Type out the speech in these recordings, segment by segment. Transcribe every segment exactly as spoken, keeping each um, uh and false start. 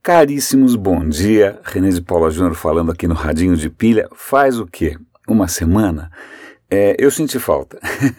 Caríssimos, bom dia. René de Paula Júnior falando aqui no Radinho de Pilha. Faz o quê? Uma semana? É, eu senti falta.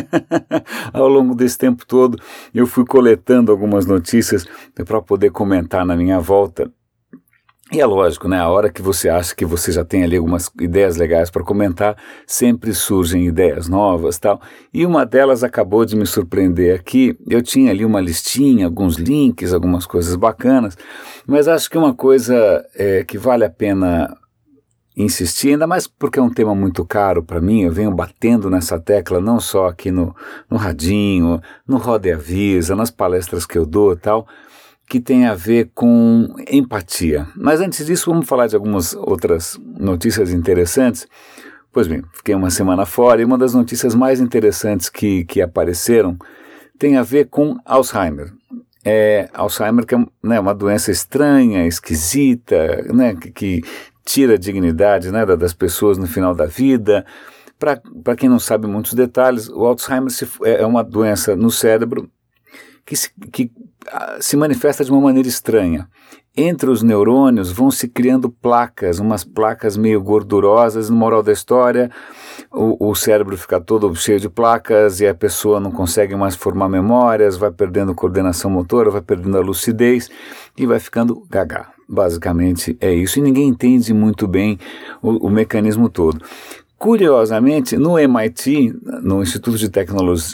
Ao longo desse tempo todo, eu fui coletando algumas notícias para poder comentar na minha volta. E é lógico, né? A hora que você acha que você já tem ali algumas ideias legais para comentar, sempre surgem ideias novas e tal. E uma delas acabou de me surpreender aqui. Eu tinha ali uma listinha, alguns links, algumas coisas bacanas, mas acho que uma coisa é, que vale a pena insistir, ainda mais porque é um tema muito caro para mim, eu venho batendo nessa tecla não só aqui no, no Radinho, no Roda e Avisa, nas palestras que eu dou e tal, que tem a ver com empatia. Mas antes disso, vamos falar de algumas outras notícias interessantes. Pois bem, fiquei uma semana fora e uma das notícias mais interessantes que, que apareceram tem a ver com Alzheimer. É, Alzheimer que é, né, uma doença estranha, esquisita, né, que, que tira a dignidade, né, das pessoas no final da vida. Para quem não sabe muitos detalhes, o Alzheimer se, é uma doença no cérebro que se, que se manifesta de uma maneira estranha. Entre os neurônios vão se criando placas, umas placas meio gordurosas. No moral da história, o, o cérebro fica todo cheio de placas e a pessoa não consegue mais formar memórias, vai perdendo coordenação motora, vai perdendo a lucidez e vai ficando gaga. Basicamente é isso, e ninguém entende muito bem o, o mecanismo todo. Curiosamente, no M I T, no Instituto de Tecnologia,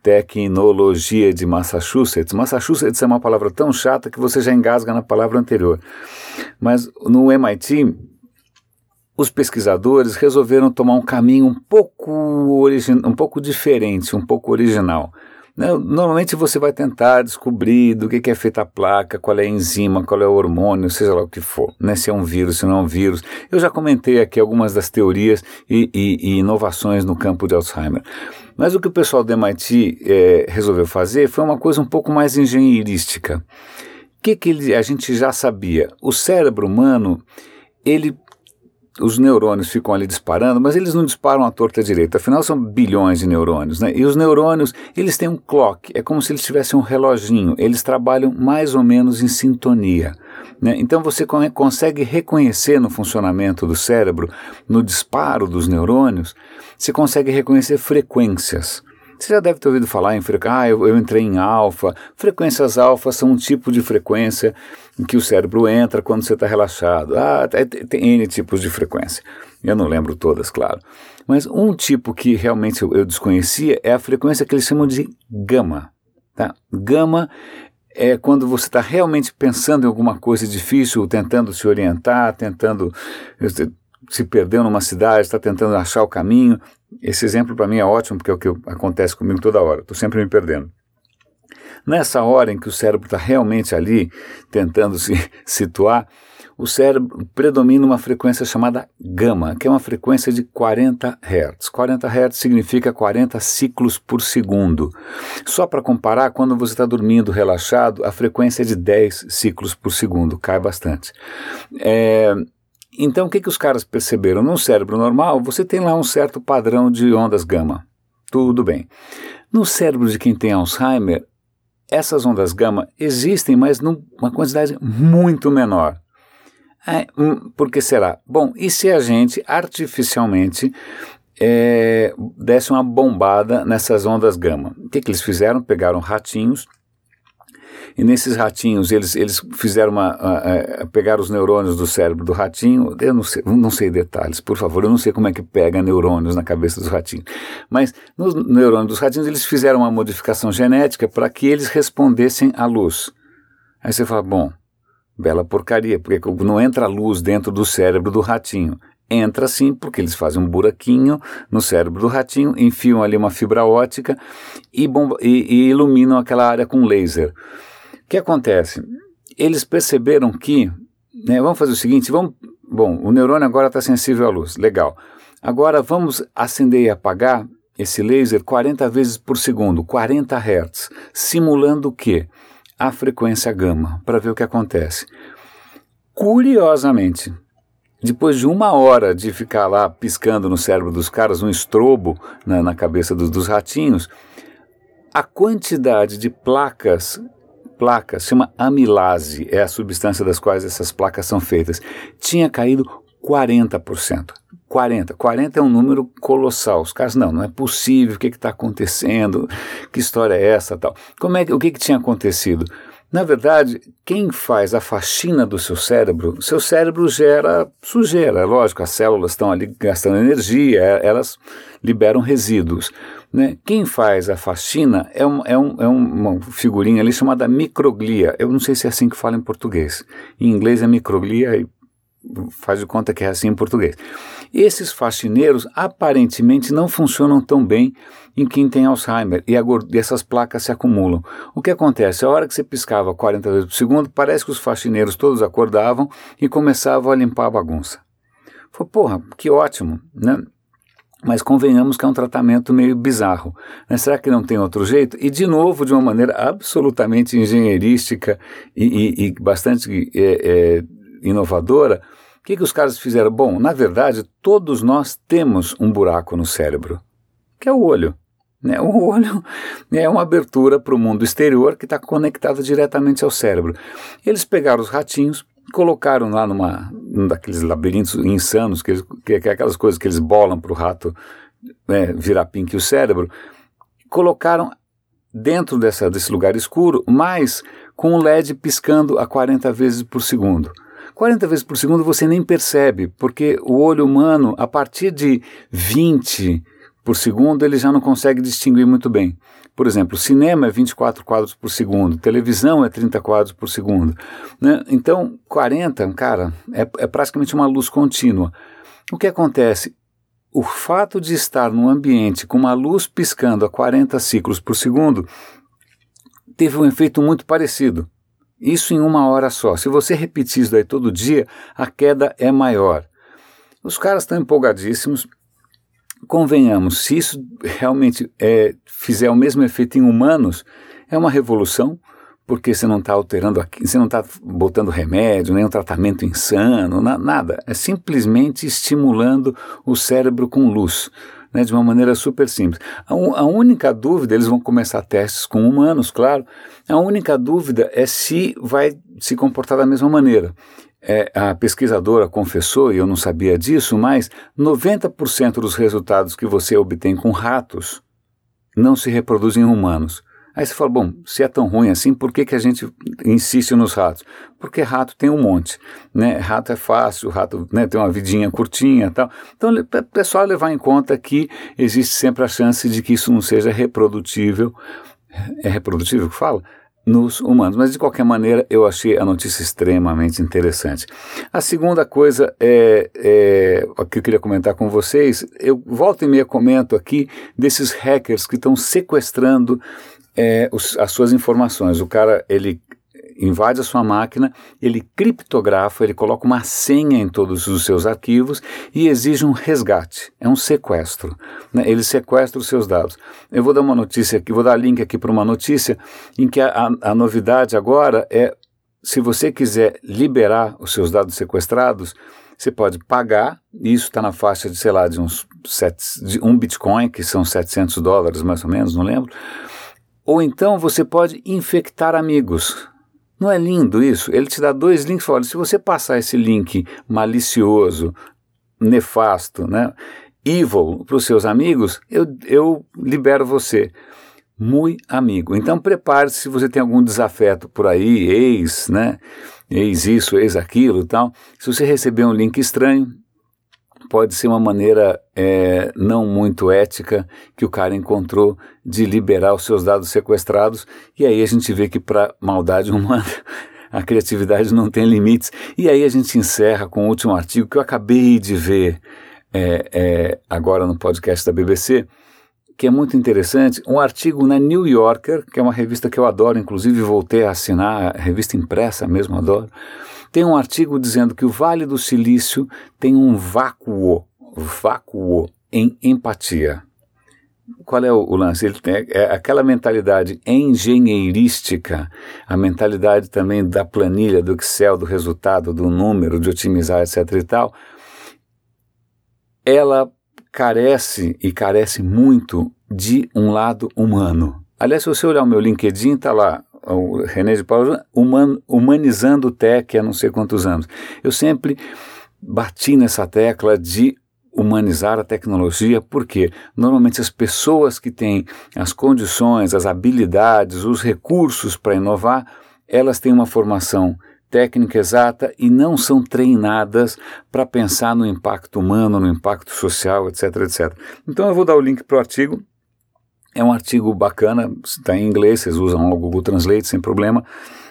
Tecnologia de Massachusetts, Massachusetts é uma palavra tão chata que você já engasga na palavra anterior, mas no M I T, os pesquisadores resolveram tomar um caminho um pouco, origi- um pouco diferente, um pouco original. Normalmente você vai tentar descobrir do que é feita a placa, qual é a enzima, qual é o hormônio, seja lá o que for, né? Se é um vírus, se não é um vírus. Eu já comentei aqui algumas das teorias e, e, e inovações no campo de Alzheimer. Mas o que o pessoal do M I T é, resolveu fazer foi uma coisa um pouco mais engenheirística. O que, que ele, a gente já sabia? O cérebro humano, ele... os neurônios ficam ali disparando, mas eles não disparam à torta direita, afinal são bilhões de neurônios, né? E os neurônios, eles têm um clock, é como se eles tivessem um reloginho, eles trabalham mais ou menos em sintonia, né? Então você con- consegue reconhecer no funcionamento do cérebro, no disparo dos neurônios, você consegue reconhecer frequências. Você já deve ter ouvido falar em frequência, ah, eu, eu entrei em alfa. Frequências alfa são um tipo de frequência em que o cérebro entra quando você está relaxado. Ah, tem, tem N tipos de frequência. Eu não lembro todas, claro. Mas um tipo que realmente eu, eu desconhecia é a frequência que eles chamam de gama. Tá? Gama é quando você está realmente pensando em alguma coisa difícil, tentando se orientar, tentando... se perdeu numa cidade, está tentando achar o caminho. Esse exemplo para mim é ótimo, porque é o que acontece comigo toda hora, estou sempre me perdendo. Nessa hora em que o cérebro está realmente ali, tentando se situar, o cérebro predomina uma frequência chamada gama, que é uma frequência de quarenta hertz. quarenta hertz significa quarenta ciclos por segundo. Só para comparar, quando você está dormindo relaxado, a frequência é de dez ciclos por segundo, cai bastante. É... Então, o que, que os caras perceberam? No cérebro normal, você tem lá um certo padrão de ondas gama. Tudo bem. No cérebro de quem tem Alzheimer, essas ondas gama existem, mas numa quantidade muito menor. É, por que será? Bom, e se a gente artificialmente é, desse uma bombada nessas ondas gama? O que, que eles fizeram? Pegaram ratinhos. E nesses ratinhos, eles, eles fizeram uma, uh, uh, pegaram os neurônios do cérebro do ratinho, eu não sei, não sei detalhes, por favor, eu não sei como é que pega neurônios na cabeça dos ratinhos, mas nos neurônios dos ratinhos eles fizeram uma modificação genética para que eles respondessem à luz. Aí você fala, bom, bela porcaria, porque não entra luz dentro do cérebro do ratinho. Entra sim, porque eles fazem um buraquinho no cérebro do ratinho, enfiam ali uma fibra óptica e, bomba, e, e iluminam aquela área com laser. O que acontece? Eles perceberam que, né, vamos fazer o seguinte, vamos, bom, o neurônio agora está sensível à luz, legal. Agora vamos acender e apagar esse laser quarenta vezes por segundo, quarenta hertz, simulando o quê? A frequência gama, para ver o que acontece. Curiosamente, depois de uma hora de ficar lá piscando no cérebro dos caras, um estrobo na, na cabeça do, dos ratinhos, a quantidade de placas placas, chama amilase, é a substância das quais essas placas são feitas, tinha caído quarenta por cento. quarenta. quarenta é um número colossal. Os caras, não, não é possível, o que está acontecendo, que história é essa, tal. Como é que, o que, que tinha acontecido? Na verdade, quem faz a faxina do seu cérebro, seu cérebro gera sujeira, é lógico, as células estão ali gastando energia, elas liberam resíduos, né? Quem faz a faxina é, um, é, um, é uma figurinha ali chamada microglia, eu não sei se é assim que fala em português, em inglês é microglia e faz de conta que é assim em português. Esses faxineiros aparentemente não funcionam tão bem em quem tem Alzheimer e, a, e essas placas se acumulam. O que acontece? A hora que você piscava quarenta vezes por segundo, parece que os faxineiros todos acordavam e começavam a limpar a bagunça. Falei, porra, que ótimo, né? Mas convenhamos que é um tratamento meio bizarro, né? Será que não tem outro jeito? E de novo, de uma maneira absolutamente engenheirística e, e, e bastante é, é, inovadora, o que, que os caras fizeram? Bom, na verdade, todos nós temos um buraco no cérebro, que é o olho. Né? O olho é uma abertura para o mundo exterior que está conectado diretamente ao cérebro. Eles pegaram os ratinhos, colocaram lá numa, num daqueles labirintos insanos, que, eles, que, que é aquelas coisas que eles bolam para o rato né, virar pink o cérebro, colocaram dentro dessa, desse lugar escuro, mas com o L E D piscando a quarenta vezes por segundo. quarenta vezes por segundo você nem percebe, porque o olho humano, a partir de vinte por segundo, ele já não consegue distinguir muito bem. Por exemplo, cinema é vinte e quatro quadros por segundo, televisão é trinta quadros por segundo. Né? Então, quarenta, cara, é, é praticamente uma luz contínua. O que acontece? O fato de estar num ambiente com uma luz piscando a quarenta ciclos por segundo teve um efeito muito parecido. Isso em uma hora só. Se você repetir isso daí todo dia, a queda é maior. Os caras estão empolgadíssimos. Convenhamos, se isso realmente é, fizer o mesmo efeito em humanos, é uma revolução, porque você não está alterando, aqui, você não está botando remédio, nem um tratamento insano, na, nada. É simplesmente estimulando o cérebro com luz. Né, de uma maneira super simples. A, un, a única dúvida, eles vão começar testes com humanos, claro, a única dúvida é se vai se comportar da mesma maneira. É, a pesquisadora confessou, e eu não sabia disso, mas noventa por cento dos resultados que você obtém com ratos não se reproduzem em humanos. Aí você fala, bom, se é tão ruim assim, por que, que a gente insiste nos ratos? Porque rato tem um monte, né? Rato é fácil, rato né, tem uma vidinha curtinha e tal. Então é só levar em conta que existe sempre a chance de que isso não seja reprodutível, é reprodutível que fala? Nos humanos, mas de qualquer maneira eu achei a notícia extremamente interessante. A segunda coisa é, é, que eu queria comentar com vocês, eu volto e meia comento aqui desses hackers que estão sequestrando É, os, as suas informações. O cara, ele invade a sua máquina, ele criptografa, ele coloca uma senha em todos os seus arquivos e exige um resgate, é um sequestro, né? Ele sequestra os seus dados. Eu vou dar uma notícia aqui, vou dar link aqui para uma notícia em que a, a, a novidade agora é, se você quiser liberar os seus dados sequestrados, você pode pagar, isso está na faixa de, sei lá, de uns sete, de um Bitcoin, que são setecentos dólares mais ou menos, não lembro. Ou então você pode infectar amigos. Não é lindo isso? Ele te dá dois links e fala, se você passar esse link malicioso, nefasto, né, evil para os seus amigos, eu, eu libero você. Muito amigo. Então prepare-se se você tem algum desafeto por aí, ex, né, ex isso, ex aquilo e tal. Se você receber um link estranho, pode ser uma maneira é, não muito ética que o cara encontrou de liberar os seus dados sequestrados, e aí a gente vê que para maldade humana a criatividade não tem limites. E aí a gente encerra com o último artigo que eu acabei de ver é, é, agora no podcast da B B C, que é muito interessante, um artigo na New Yorker, que é uma revista que eu adoro, inclusive voltei a assinar, a revista impressa mesmo, adoro. Tem um artigo dizendo que o Vale do Silício tem um vácuo, vácuo em empatia. Qual é o, o lance? Ele tem é aquela mentalidade engenheirística, a mentalidade também da planilha, do Excel, do resultado, do número, de otimizar, etc e tal. Ela carece, e carece muito, de um lado humano. Aliás, se você olhar o meu LinkedIn, está lá o René de Paula, human, humanizando o tech há não sei quantos anos. Eu sempre bati nessa tecla de humanizar a tecnologia, porque normalmente as pessoas que têm as condições, as habilidades, os recursos para inovar, elas têm uma formação técnica exata e não são treinadas para pensar no impacto humano, no impacto social, etc, etcétera. Então eu vou dar o link para o artigo. É um artigo bacana, está em inglês, vocês usam o Google Translate sem problema,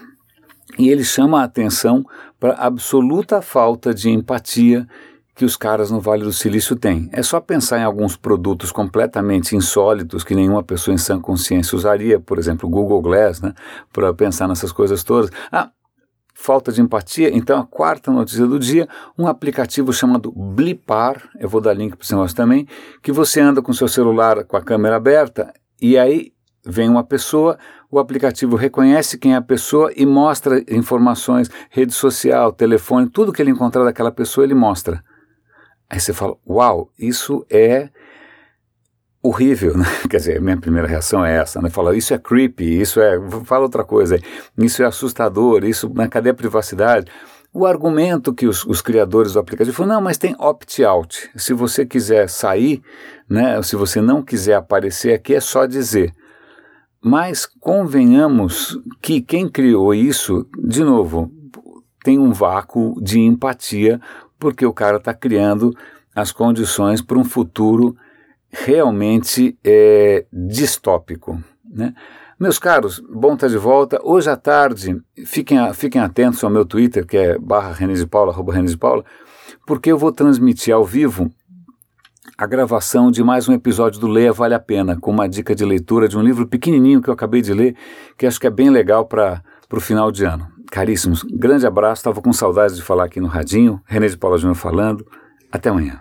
e ele chama a atenção para a absoluta falta de empatia que os caras no Vale do Silício têm. É só pensar em alguns produtos completamente insólitos que nenhuma pessoa em sã consciência usaria, por exemplo, o Google Glass, né, para pensar nessas coisas todas. Ah, falta de empatia. Então a quarta notícia do dia, um aplicativo chamado Blipar, eu vou dar link para esse negócio também, que você anda com seu celular com a câmera aberta e aí vem uma pessoa, o aplicativo reconhece quem é a pessoa e mostra informações, rede social, telefone, tudo que ele encontrar daquela pessoa ele mostra. Aí você fala, uau, isso é horrível, né? Quer dizer, a minha primeira reação é essa, né? Fala, isso é creepy, isso é, fala outra coisa, isso é assustador, isso, né? Cadê a privacidade? O argumento que os, os criadores do aplicativo falaram, não, mas tem opt-out, se você quiser sair, né? Se você não quiser aparecer aqui, é só dizer. Mas convenhamos que quem criou isso, de novo, tem um vácuo de empatia, porque o cara está criando as condições para um futuro realmente é, distópico, né? Meus caros, bom estar de volta. Hoje à tarde, fiquem, fiquem atentos ao meu Twitter, que é barra René de Paula, arroba René de Paula, porque eu vou transmitir ao vivo a gravação de mais um episódio do Leia Vale a Pena, com uma dica de leitura de um livro pequenininho que eu acabei de ler, que acho que é bem legal para o final de ano. Caríssimos, grande abraço, estava com saudades de falar aqui no Radinho, René de Paula Júnior falando, até amanhã.